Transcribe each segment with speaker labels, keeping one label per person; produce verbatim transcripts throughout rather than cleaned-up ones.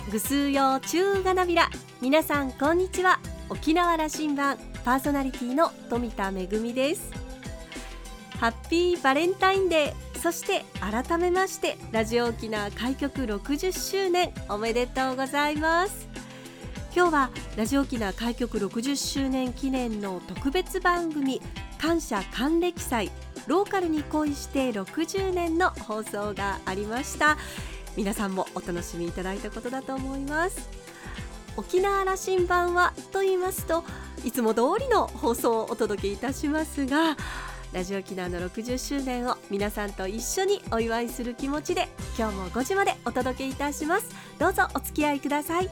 Speaker 1: ぐすうようちゅうがなびら。皆さんこんにちは。沖縄羅針盤パーソナリティの富田恵です。ハッピーバレンタインデー。そして改めましてラジオ沖縄開局ろくじゅっしゅうねんおめでとうございます。今日はラジオ沖縄開局ろくじゅっしゅうねん記念の特別番組感謝還暦祭ローカルに恋してろくじゅうねんの放送がありました。皆さんもお楽しみいただいたことだと思います。沖縄羅針盤はと言いますといつも通りの放送をお届けいたしますが、ラジオ沖縄のろくじゅっしゅうねんを皆さんと一緒にお祝いする気持ちで今日もごじまでお届けいたします。どうぞお付き合いください。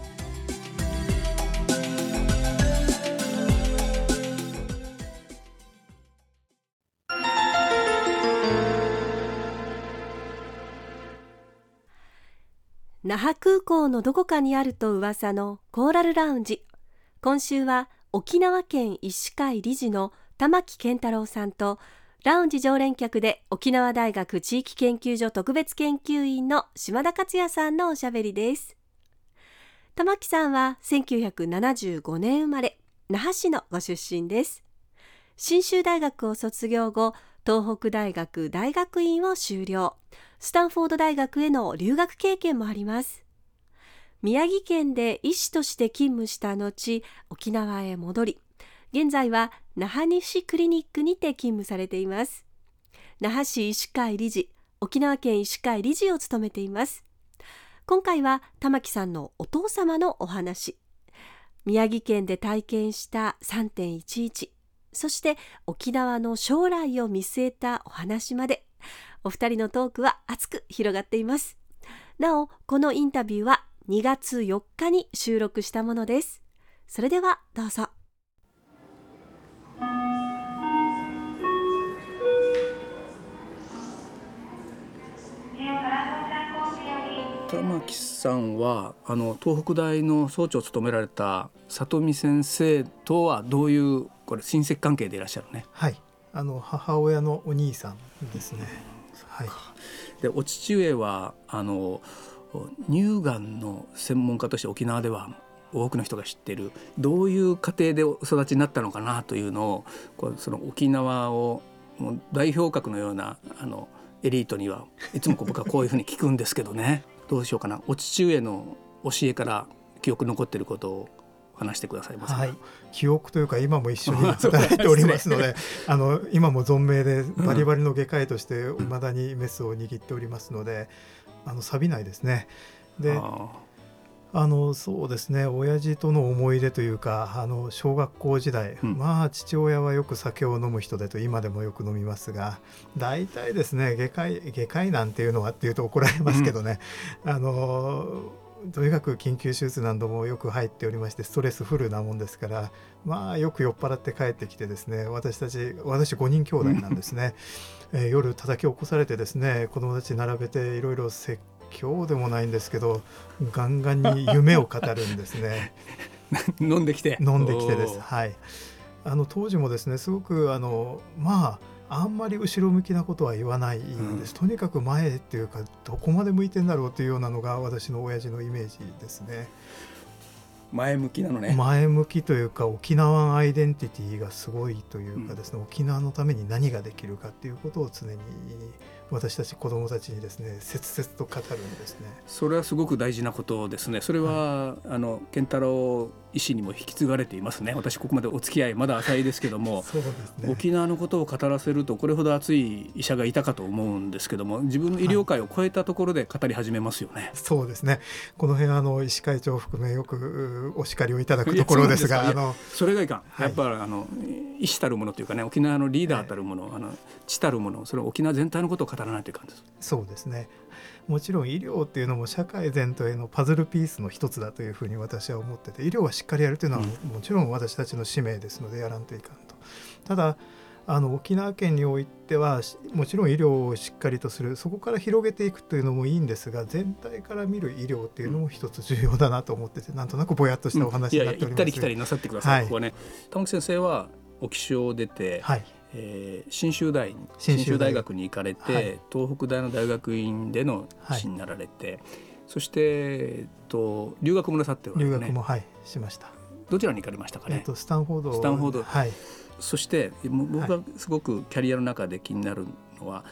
Speaker 1: 那覇空港のどこかにあると噂のコーラルラウンジ。今週は沖縄県医師会理事の玉木健太郎さんとラウンジ常連客で沖縄大学地域研究所特別研究員の島田克也さんのおしゃべりです。玉木さんはせんきゅうひゃくななじゅうごねん生まれ、那覇市のご出身です。信州大学を卒業後、東北大学大学院を修了。スタンフォード大学への留学経験もあります。宮城県で医師として勤務した後、沖縄へ戻り、現在は那覇西クリニックにて勤務されています。那覇市医師会理事、沖縄県医師会理事を務めています。今回は玉木さんのお父様のお話、宮城県で体験した さんてんいちいち、そして沖縄の将来を見据えたお話まで、お二人のトークは熱く広がっています。なお、このインタビューはにがつよっかに収録したものです。それではどうぞ。
Speaker 2: 玉木さんはあの東北大の総長を務められた里見先生とはどういうこれ親戚関係でいらっしゃるね。
Speaker 3: はい、あの母親のお兄さんですね。はい、
Speaker 2: でお父上はあの乳がんの専門家として沖縄では多くの人が知っている、どういう家庭でお育ちになったのかなというのを、こうその沖縄をもう代表格のようなあのエリートにはいつも僕はこういうふうに聞くんですけどねどうしようかな。お父上の教えから記憶残っていることを話してくださいますか。
Speaker 3: はい、記憶というか今も一緒に働いておりますので、ね、あの今も存命でバリバリの外科医としていまだにメスを握っておりますので、あの錆びないですね。で、ああのそうですね、親父との思い出というか、あの小学校時代、うん、まあ父親はよく酒を飲む人でと今でもよく飲みますが、大体ですね外科医外科医なんていうのはっていうと怒られますけどね、うん、あのとにかく緊急手術などもよく入っておりまして、ストレスフルなもんですから、まあよく酔っ払って帰ってきてですね、私たち私ごにん兄弟なんですね、えー、夜叩き起こされてですね、子供たち並べていろいろ説教でもないんですけどガンガンに夢を語るんですね
Speaker 2: 飲んできて
Speaker 3: 飲んできてです。はい、あの当時もですねすごくあのまああんまり後ろ向きなことは言わないんです、うん、とにかく前っていうかどこまで向いてんだろうというようなのが私の親父のイメージですね。
Speaker 2: 前向きなのね。
Speaker 3: 前向きというか沖縄アイデンティティがすごいというかですね、うん、沖縄のために何ができるかっていうことを常に私たち子どもたちにですね切々と語るんですね。
Speaker 2: それはすごく大事なことですね。それは、はい、あの健太郎医師にも引き継がれていますね。私ここまでお付き合いまだ浅いですけども
Speaker 3: そうですね、
Speaker 2: 沖縄のことを語らせるとこれほど熱い医者がいたかと思うんですけども、自分の医療界を超えたところで語り始めますよね。はい、
Speaker 3: そうですね。この辺あの医師会長を含めよくお叱りをいただくところですが、
Speaker 2: あのそれがいかん、
Speaker 3: はい、
Speaker 2: やっぱりあの医師たるものというかね、沖縄のリーダーたるもの、はい、あの知たるもの、それは沖縄全体のことを語らないといかんです。
Speaker 3: そうですね。もちろん医療っていうのも社会全体のパズルピースの一つだというふうに私は思ってて、医療はしっかりやるというのは も,、うん、もちろん私たちの使命ですのでやらんといかんと。ただあの沖縄県においてはもちろん医療をしっかりとする、そこから広げていくというのもいいんですが、全体から見る医療っていうのも一つ重要だなと思ってて、なんとなくぼやっとしたお話になっております。
Speaker 2: いやいや行ったり来たりなさってください。はい、ここはね、玉木先生は沖小を出て、
Speaker 3: はい、
Speaker 2: えー、信州大信州大学に行かれて、はい、東北大の大学院での医師になられて、はい、 そして、えっと、留学もなさってるわけね。
Speaker 3: 留学も、はい、しました。
Speaker 2: どちらに行かれましたかね。
Speaker 3: えっと、スタンフォード。
Speaker 2: スタンフォード、
Speaker 3: はい、
Speaker 2: そして僕がすごくキャリアの中で気になるのは、はい、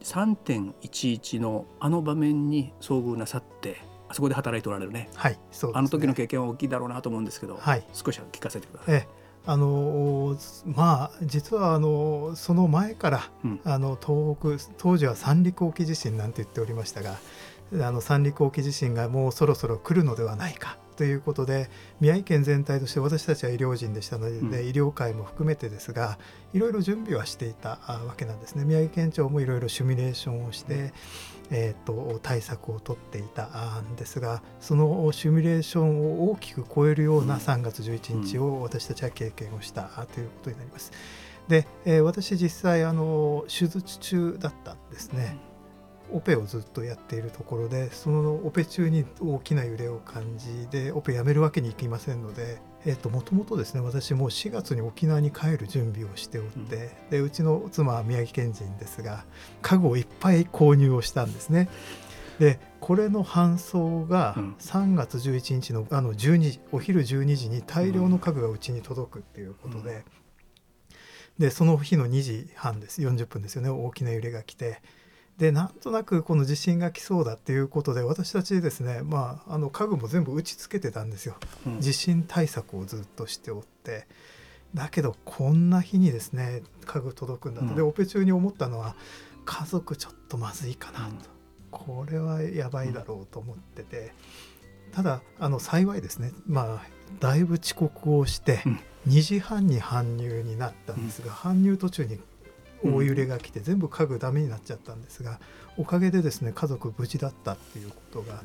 Speaker 2: さんてんいちいち のあの場面に遭遇なさってあそこで働いておられるね。
Speaker 3: はい、そうですね。
Speaker 2: あの時の経験は大きいだろうなと思うんですけど、
Speaker 3: はい、
Speaker 2: 少し聞かせてください。
Speaker 3: えあのまあ、実はあのその前から、うん、あの東北当時は三陸沖地震なんて言っておりましたが、あの三陸沖地震がもうそろそろ来るのではないかということで、宮城県全体として私たちは医療人でしたので、うん、医療界も含めてですがいろいろ準備はしていたわけなんですね。宮城県庁もいろいろシミュレーションをして、うんえー、と対策を取っていたんですが、そのシミュレーションを大きく超えるようなさんがつじゅういちにちを私たちは経験をしたということになります。で、えー、私実際あの手術中だったんですね。オペをずっとやっているところで、そのオペ中に大きな揺れを感じでオペやめるわけにいきませんので、えー、ともともとですね、私もうしがつに沖縄に帰る準備をしておって、うん、でうちの妻は宮城県人ですが家具をいっぱい購入をしたんですね。でこれの搬送がさんがつじゅういちにち の, あのじゅうにじお昼じゅうにじに大量の家具がうちに届くっていうことで、うん、でその日のにじはんです、よんじゅっぷんですよね、大きな揺れが来て、でなんとなくこの地震が来そうだっていうことで私たちですね、まあ、あの家具も全部打ち付けてたんですよ、うん、地震対策をずっとしておって、だけどこんな日にですね家具届くんだと、うん、でオペ中に思ったのは家族ちょっとまずいかなと、うん、これはやばいだろうと思ってて、ただあの幸いですね、まあだいぶ遅刻をして、うん、にじはんに搬入になったんですが、うん、搬入途中に大揺れが来て全部家具ダメになっちゃったんですが、おかげでですね家族無事だったっていうことがあって、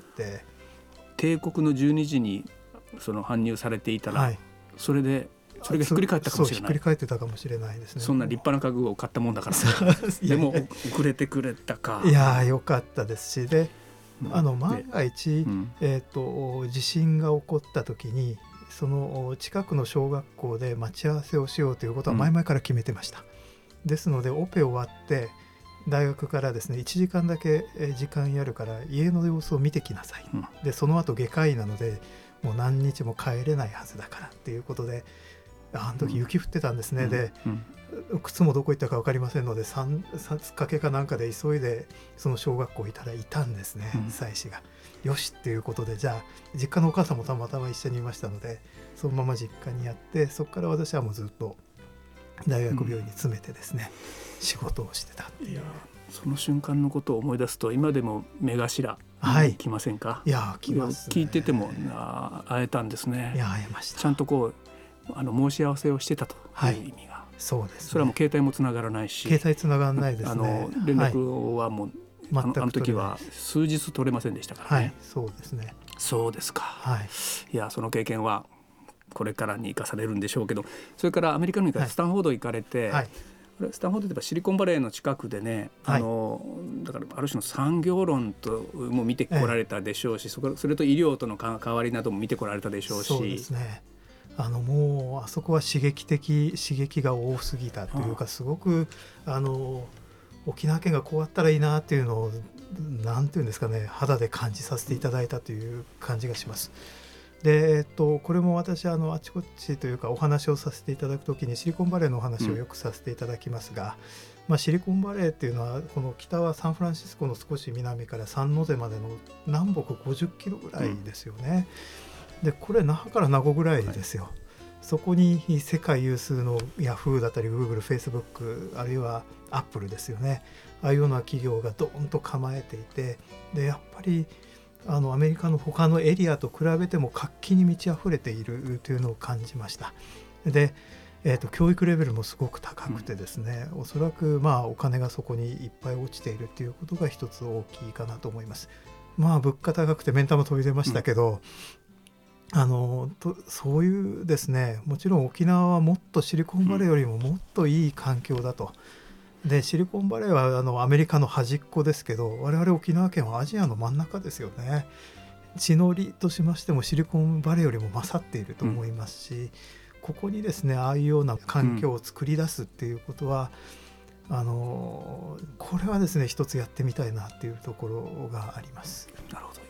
Speaker 2: 定刻のじゅうにじにその搬入されていたら、はい、それでそれがひっくり返ったかもしれない。
Speaker 3: そうひっくり返ってたかもしれないですね。
Speaker 2: そんな立派な家具を買ったもんだからでも遅れてくれたか。
Speaker 3: いやよかったですし、であの万が一、うんえー、と地震が起こった時にその近くの小学校で待ち合わせをしようということは前々から決めてました、うんですのでオペ終わって大学からですねいちじかんだけ時間やるから家の様子を見てきなさい、うん、でその後外科医なのでもう何日も帰れないはずだからっていうことで、あの時雪降ってたんですね、うん、で、うん、靴もどこ行ったか分かりませんのでさんつかけかなんかで急いでその小学校いたらいたんですね、うん、妻子がよしっていうことで、じゃあ実家のお母さんもたまたま一緒にいましたのでそのまま実家にやって、そこから私はもうずっと大学病院に詰めてですね、うん、仕事をしてたっていう。いや
Speaker 2: その瞬間のことを思い出すと今でも目頭に来ませんか。
Speaker 3: はい、いや来ますね。
Speaker 2: 聞いててもあ会えたんですね。
Speaker 3: いや会えました。
Speaker 2: ちゃんとこうあの申し合わせをしてたという意味が、はい、
Speaker 3: そうですね。
Speaker 2: それはもう携帯もつながらないし、
Speaker 3: 携帯つながらないですね。
Speaker 2: あの連絡はもう、はい、あの、あの時は数日取れませんでしたからね。
Speaker 3: はい、そうですね。
Speaker 2: そうですか。
Speaker 3: はい、
Speaker 2: いやその経験はこれからに生かされるんでしょうけど、それからアメリカにスタンフォード行かれて、はい、スタンフォードといえばシリコンバレーの近くでね、はい、あのだからある種の産業論とも見てこられたでしょうし、ええ、それ、それと医療との関わりなども見てこられたでしょうし。
Speaker 3: そうですね。あのもうあそこは刺激的刺激が多すぎたというか、すごくあの沖縄県がこうあったらいいなっていうのをなんていうんですかね、肌で感じさせていただいたという感じがします。でえっと、これも私あのあちこちというかお話をさせていただくときにシリコンバレーのお話をよくさせていただきますが、うんまあ、シリコンバレーっていうのはこの北はサンフランシスコの少し南からサンノゼまでの南北ごじゅっキロぐらいですよね、うん、でこれ那覇から名護ぐらいですよ、はい、そこに世界有数のヤフーだったりグーグル、フェイスブックあるいはアップルですよね、ああいうような企業がドーンと構えていて、でやっぱりあのアメリカの他のエリアと比べても活気に満ち溢れているというのを感じました。で、えーと、教育レベルもすごく高くてですね、うん、おそらくまあお金がそこにいっぱい落ちているということが一つ大きいかなと思います。まあ物価高くて目ん玉飛び出ましたけど、うん、あのとそういうですね、もちろん沖縄はもっとシリコンバレーよりももっといい環境だと。でシリコンバレーはあのアメリカの端っこですけど、我々沖縄県はアジアの真ん中ですよね。地の利としましてもシリコンバレーよりも勝っていると思いますし、うん、ここにですねああいうような環境を作り出すっていうことは、うん、あのこれはですね一つやってみたいなっていうところがあります。
Speaker 2: なるほど。今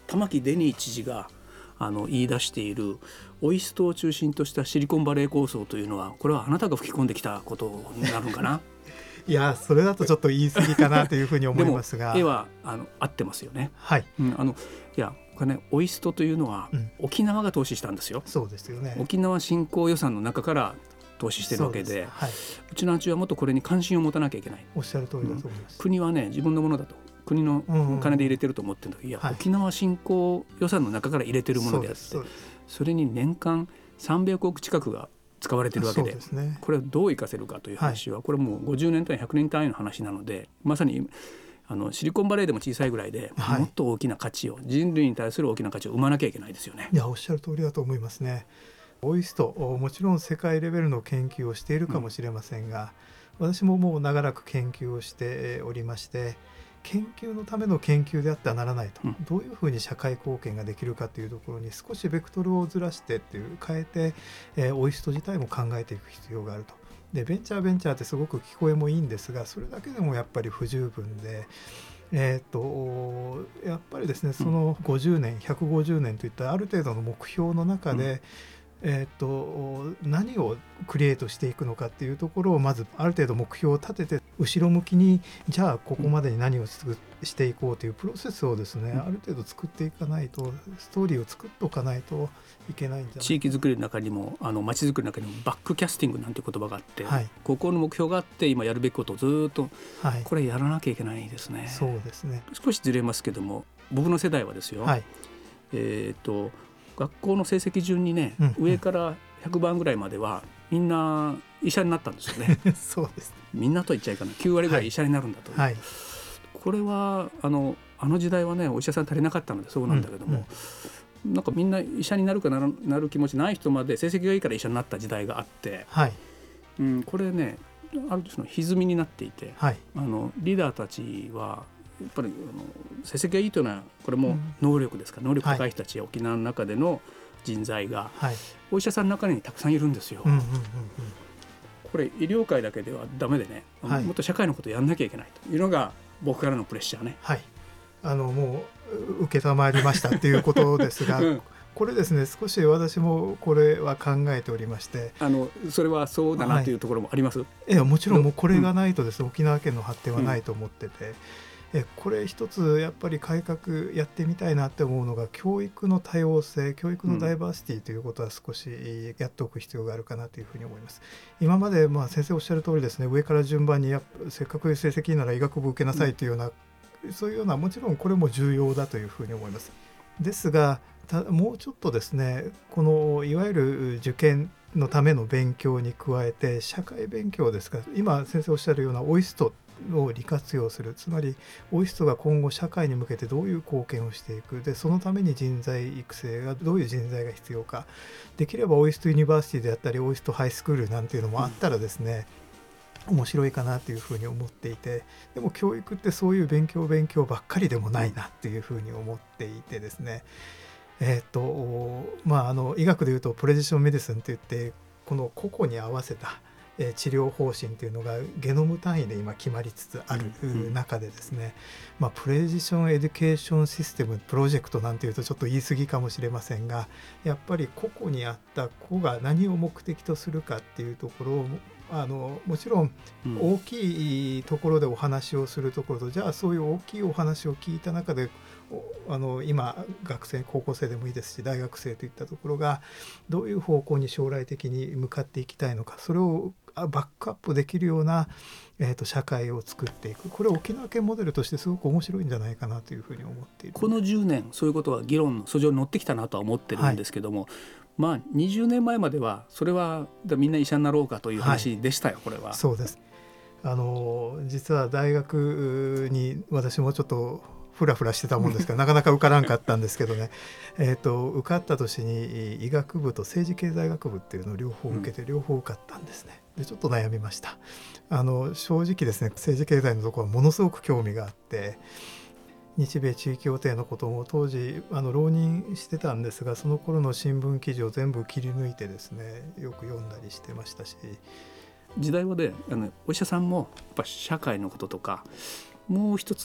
Speaker 2: 玉城デニー知事があの言い出しているオイストを中心としたシリコンバレー構想というのは、これはあなたが吹き込んできたことになるのかな。
Speaker 3: いやそれだとちょっと言い過ぎかなというふうに思いますが
Speaker 2: でも絵はあの合ってますよね。
Speaker 3: はい、
Speaker 2: うん、あのいやこれね、オイストというのは、
Speaker 3: うん、
Speaker 2: 沖縄が投資したんですよ。
Speaker 3: そうですよね。
Speaker 2: 沖縄振興予算の中から投資してるわけ で, う, で、はい、うちの町はもっとこれに関心を持たなきゃいけない。
Speaker 3: おっしゃる通りだと思います、
Speaker 2: うん、国はね自分のものだと、国の金で入れてると思ってるんだけど、いや、はい、沖縄振興予算の中から入れてるものであって、 そ, それに年間さんびゃくおく近くが使われてるわけ で, で、ね、これをどう生かせるかという話は、はい、これもうごじゅうねん単位ひゃくねん単位の話なので、まさにあのシリコンバレーでも小さいぐらいで、はい、もっと大きな価値を、人類に対する大きな価値を生まなきゃいけないですよね。
Speaker 3: いやおっしゃる通りだと思いますね。オイストもちろん世界レベルの研究をしているかもしれませんが、うん、私ももう長らく研究をしておりまして、研究のための研究であってはならないと、うん、どういうふうに社会貢献ができるかというところに少しベクトルをずらしてっていう変えて、えー、オイスト自体も考えていく必要があると。でベンチャーベンチャーってすごく聞こえもいいんですが、それだけでもやっぱり不十分で、えー、とやっぱりですね、そのごじゅうねんひゃくごじゅうねんといったある程度の目標の中で、うん、えー、と何をクリエイトしていくのかっていうところをまずある程度目標を立てて、後ろ向きにじゃあここまでに何をしていこうというプロセスをですね、うん、ある程度作っていかないと、ストーリーを作っておかないといけないんじゃないか。
Speaker 2: 地域づくりの中にも、あの町づくりの中にもバックキャスティングなんて言葉があって、はい、ここの目標があって今やるべきことをずっと、はい、これやらなきゃいけないですね。
Speaker 3: そうですね。
Speaker 2: 少しずれますけども、僕の世代はですよ、はい、えー、と学校の成績順にね、うん、上からひゃくばんぐらいまではみんな医者になったんですよね。
Speaker 3: そうです。
Speaker 2: みんなと言っちゃいかな、きゅうわりぐらい医者になるんだと、はいはい、これはあのあの時代はねお医者さん足りなかったのでそうなんだけども、うんうん、なんかみんな医者になるかな る, なる気持ちない人まで成績がいいから医者になった時代があって、はい、うん、これねある種の歪みになっていて、はい、あのリーダーたちはやっぱりあの成績がいいというのはこれも能力ですから、うん、能力高い人たち、はい、沖縄の中での人材が、はい、お医者さんの中にたくさんいるんですよ、うんうんうんうん、これ医療界だけではダメでね、はい、もっと社会のことをやんなきゃいけないというのが僕からのプレッシャーね、
Speaker 3: はい、あのもう受けたまわりましたっていうことですが、うん、これですね少し私もこれは考えておりまして、
Speaker 2: あのそれはそうだなというところもあります、はい、
Speaker 3: いやもちろんもうこれがないとですね、うん、沖縄県の発展はないと思ってて、うん、えこれ一つやっぱり改革やってみたいなって思うのが、教育の多様性、教育のダイバーシティということは少しやっておく必要があるかなというふうに思います。今までまあ先生おっしゃる通りですね、上から順番にやせっかく成績いいなら医学部受けなさいというような、うん、そういうような、もちろんこれも重要だというふうに思います。ですがたもうちょっとですね、このいわゆる受験のための勉強に加えて社会勉強ですか、今先生おっしゃるようなオイストを利活用する、つまりオイストが今後社会に向けてどういう貢献をしていく、でそのために人材育成がどういう人材が必要か、できればオイストユニバーシティであったりオイストハイスクールなんていうのもあったらですね、うん、面白いかなというふうに思っていて、でも教育ってそういう勉強勉強ばっかりでもないなというふうに思っていてですね、えーとまあ、あの医学でいうとプレジションメディスンといって、この個々に合わせた治療方針というのがゲノム単位で今決まりつつある中でですね、まあ、プレジションエデュケーションシステムプロジェクトなんていうとちょっと言い過ぎかもしれませんが、やっぱり個々にあった個が何を目的とするかっていうところを、あのもちろん大きいところでお話をするところと、うん、じゃあそういう大きいお話を聞いた中で、あの今学生高校生でもいいですし大学生といったところがどういう方向に将来的に向かっていきたいのか、それをバックアップできるような、えーと、社会を作っていく、これ沖縄県モデルとしてすごく面白いんじゃないかなというふうに思っている。
Speaker 2: このじゅうねんそういうことは議論の訴状に乗ってきたなとは思ってるんですけども、はい、まあにじゅうねんまえまではそれはみんな医者になろうかという話でしたよ、はい、これは。
Speaker 3: そうです。あの実は大学に私もちょっとフラフラしてたもんですからなかなか受からんかったんですけどねえと受かった年に医学部と政治経済学部っていうのを両方受けて両方受かったんですね。でちょっと悩みました。あの正直ですね、政治経済のところはものすごく興味があって、日米地域協定のことも当時あの浪人してたんですが、その頃の新聞記事を全部切り抜いてですねよく読んだりしてましたし、
Speaker 2: 時代はであのお医者さんもやっぱ社会のこととかもう一つ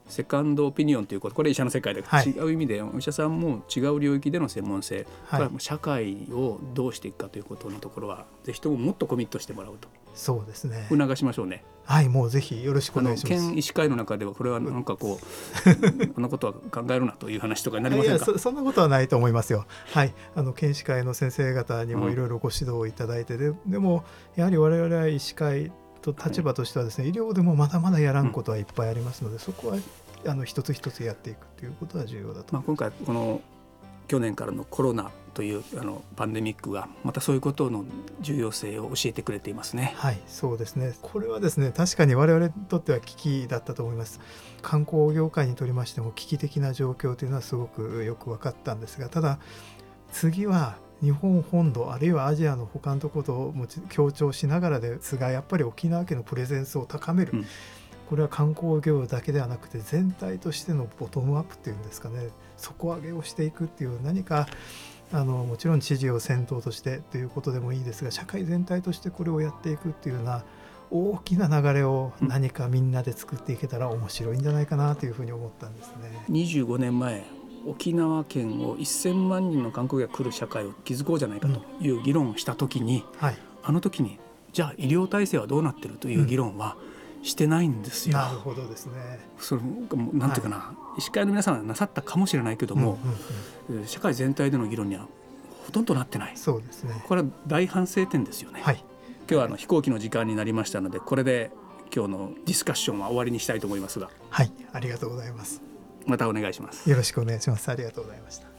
Speaker 2: セカンドオピニオンということ、これ医者の世界で違う意味で、はい、お医者さんも違う領域での専門性、はい、社会をどうしていくかということのところはぜひとももっとコミットしてもらうと。
Speaker 3: そうですね、
Speaker 2: 促しましょうね。
Speaker 3: はい、もうぜひよろしくお願いします。
Speaker 2: 県医師会の中ではこれはなんかこうこんなことは考えるなという話とかになりませんか？
Speaker 3: いや そ, そんなことはないと思いますよ。はい、あの県医師会の先生方にもいろいろご指導をいただいて、うん、で, でもやはり我々は医師会と立場としてはですね、はい、医療でもまだまだやらんことはいっぱいありますので、うん、そこはあの一つ一つやっていくということは重要だと、まあ、
Speaker 2: 今回この去年からのコロナというあのパンデミックがまたそういうことの重要性を教えてくれていますね。
Speaker 3: はい、そうですね。これはですね、確かに我々にとっては危機だったと思います。観光業界にとりましても危機的な状況というのはすごくよく分かったんですが、ただ次は日本本土あるいはアジアの他のところとも強調しながらですが、やっぱり沖縄県のプレゼンスを高める、うん、これは観光業だけではなくて全体としてのボトムアップっていうんですかね、底上げをしていくっていう、何かあのもちろん知事を先頭としてということでもいいですが、社会全体としてこれをやっていくっていうような大きな流れを何かみんなで作っていけたら面白いんじゃないかなというふうに思ったんですね。
Speaker 2: にじゅうごねんまえ沖縄県をせんまんにんの観光客が来る社会を築こうじゃないかという議論をしたときに、うん、はい、あの時にじゃあ医療体制はどうなってるという議論はしてないんですよ、
Speaker 3: うん、なるほどですね。
Speaker 2: それなんていうかな、はい、医師会の皆さんはなさったかもしれないけども、うんうんうん、社会全体での議論にはほとんどなってない。
Speaker 3: そうですね。
Speaker 2: これは大反省点ですよね。はい、今日はあの飛行機の時間になりましたので、これで今日のディスカッションは終わりにしたいと思いますが。
Speaker 3: はい、ありがとうございます。
Speaker 2: またお願いします。
Speaker 3: よろしくお願いします。ありがとうございました。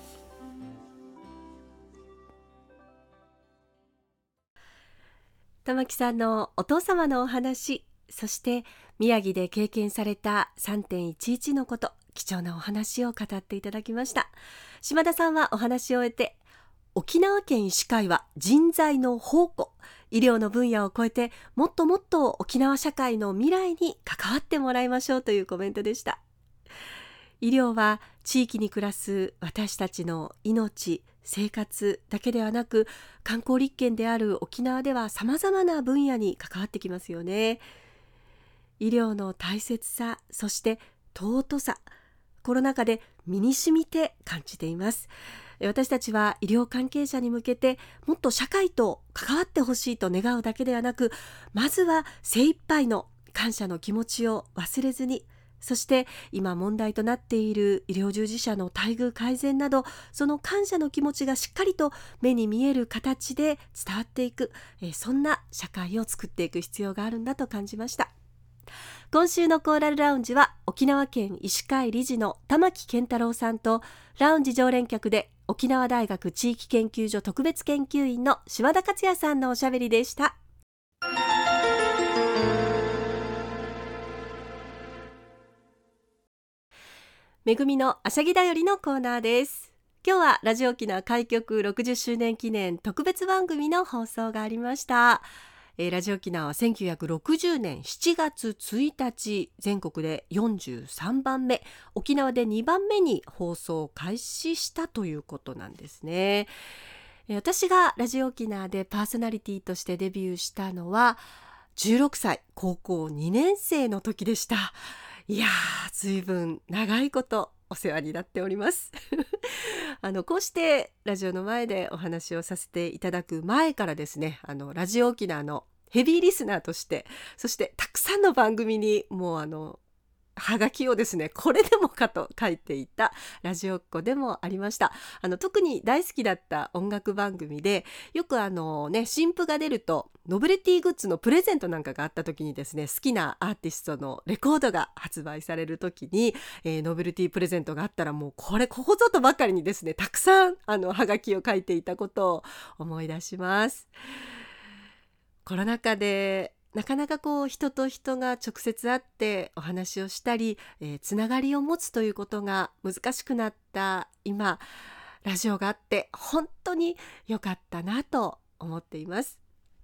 Speaker 1: 玉木さんのお父様のお話、そして宮城で経験された さんてんいちいち のこと、貴重なお話を語っていただきました。島田さんはお話を終えて、沖縄県医師会は人材の宝庫、医療の分野を超えてもっともっと沖縄社会の未来に関わってもらいましょうというコメントでした。医療は地域に暮らす私たちの命、生活だけではなく、観光立県である沖縄ではさまざまな分野に関わってきますよね。医療の大切さ、そして尊さ、コロナ禍で身に染みて感じています。私たちは医療関係者に向けてもっと社会と関わってほしいと願うだけではなく、まずは精一杯の感謝の気持ちを忘れずに、そして今問題となっている医療従事者の待遇改善など、その感謝の気持ちがしっかりと目に見える形で伝わっていく、そんな社会を作っていく必要があるんだと感じました。今週のコーラルラウンジは沖縄県医師会理事の玉木健太郎さんと、ラウンジ常連客で沖縄大学地域研究所特別研究員の島田克也さんのおしゃべりでした。めぐみのあしゃぎだよりのコーナーです。今日はラジオ沖縄開局ろくじゅっしゅうねん記念特別番組の放送がありました。えー、ラジオ沖縄はせんきゅうひゃくろくじゅうねんしちがつついたち、全国でよんじゅうさんばんめ、沖縄でにばんめに放送を開始したということなんですね。えー、私がラジオ沖縄でパーソナリティとしてデビューしたのはじゅうろくさい、高校にねんせいの時でした。いやー、ずいぶん長いことお世話になっておりますあのこうしてラジオの前でお話をさせていただく前からですね、あのラジオ沖縄のヘビーリスナーとして、そしてたくさんの番組にもうあのはがきをですね、これでもかと書いていたラジオっ子でもありました。あの特に大好きだった音楽番組で、よくあのね、新譜が出るとノベルティグッズのプレゼントなんかがあった時にですね、好きなアーティストのレコードが発売される時に、えー、ノベルティプレゼントがあったら、もうこれここぞとばかりにですね、たくさんあのはがきを書いていたことを思い出します。コロナ禍でなかなかこう人と人が直接会ってお話をしたり、えー、つながりを持つということが難しくなった今、ラジオがあって本当に良かったなと思っています。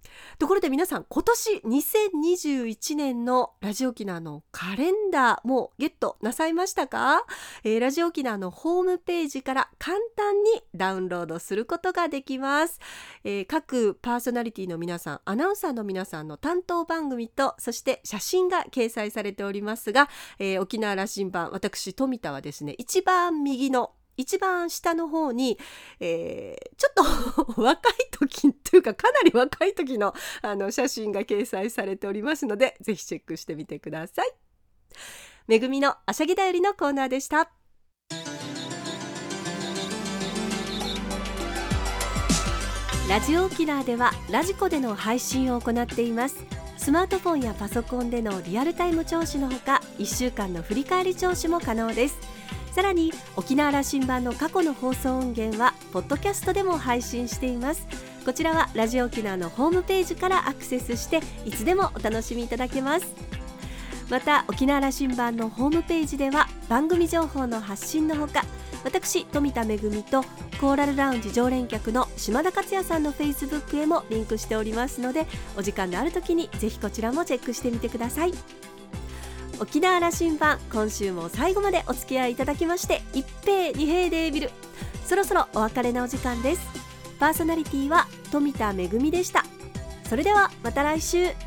Speaker 1: ところで皆さん、今年にせんにじゅういちねんのラジオ沖縄のカレンダーもうゲットなさいましたか？えー、ラジオ沖縄のホームページから簡単にダウンロードすることができます。えー、各パーソナリティの皆さん、アナウンサーの皆さんの担当番組と、そして写真が掲載されておりますが、えー、沖縄羅針盤、私富田はですね、一番右の一番下の方に、えー、ちょっと若い時というかかなり若い時の、あの写真が掲載されておりますので、ぜひチェックしてみてください。めぐみのあしゃぎだよりのコーナーでした。ラジオ沖縄ではラジコでの配信を行っています。スマートフォンやパソコンでのリアルタイム聴取のほか、いっしゅうかんの振り返り聴取も可能です。さらに沖縄羅針盤の過去の放送音源はポッドキャストでも配信しています。こちらはラジオ沖縄のホームページからアクセスしていつでもお楽しみいただけます。また沖縄羅針盤のホームページでは番組情報の発信のほか、私富田恵とコーラルラウンジ常連客の島田克也さんの Facebook へもリンクしておりますので、お時間のある時にぜひこちらもチェックしてみてください。沖縄羅針盤、今週も最後までお付き合いいただきまして一平二平デービル、そろそろお別れのお時間です。パーソナリティは富田恵でした。それではまた来週。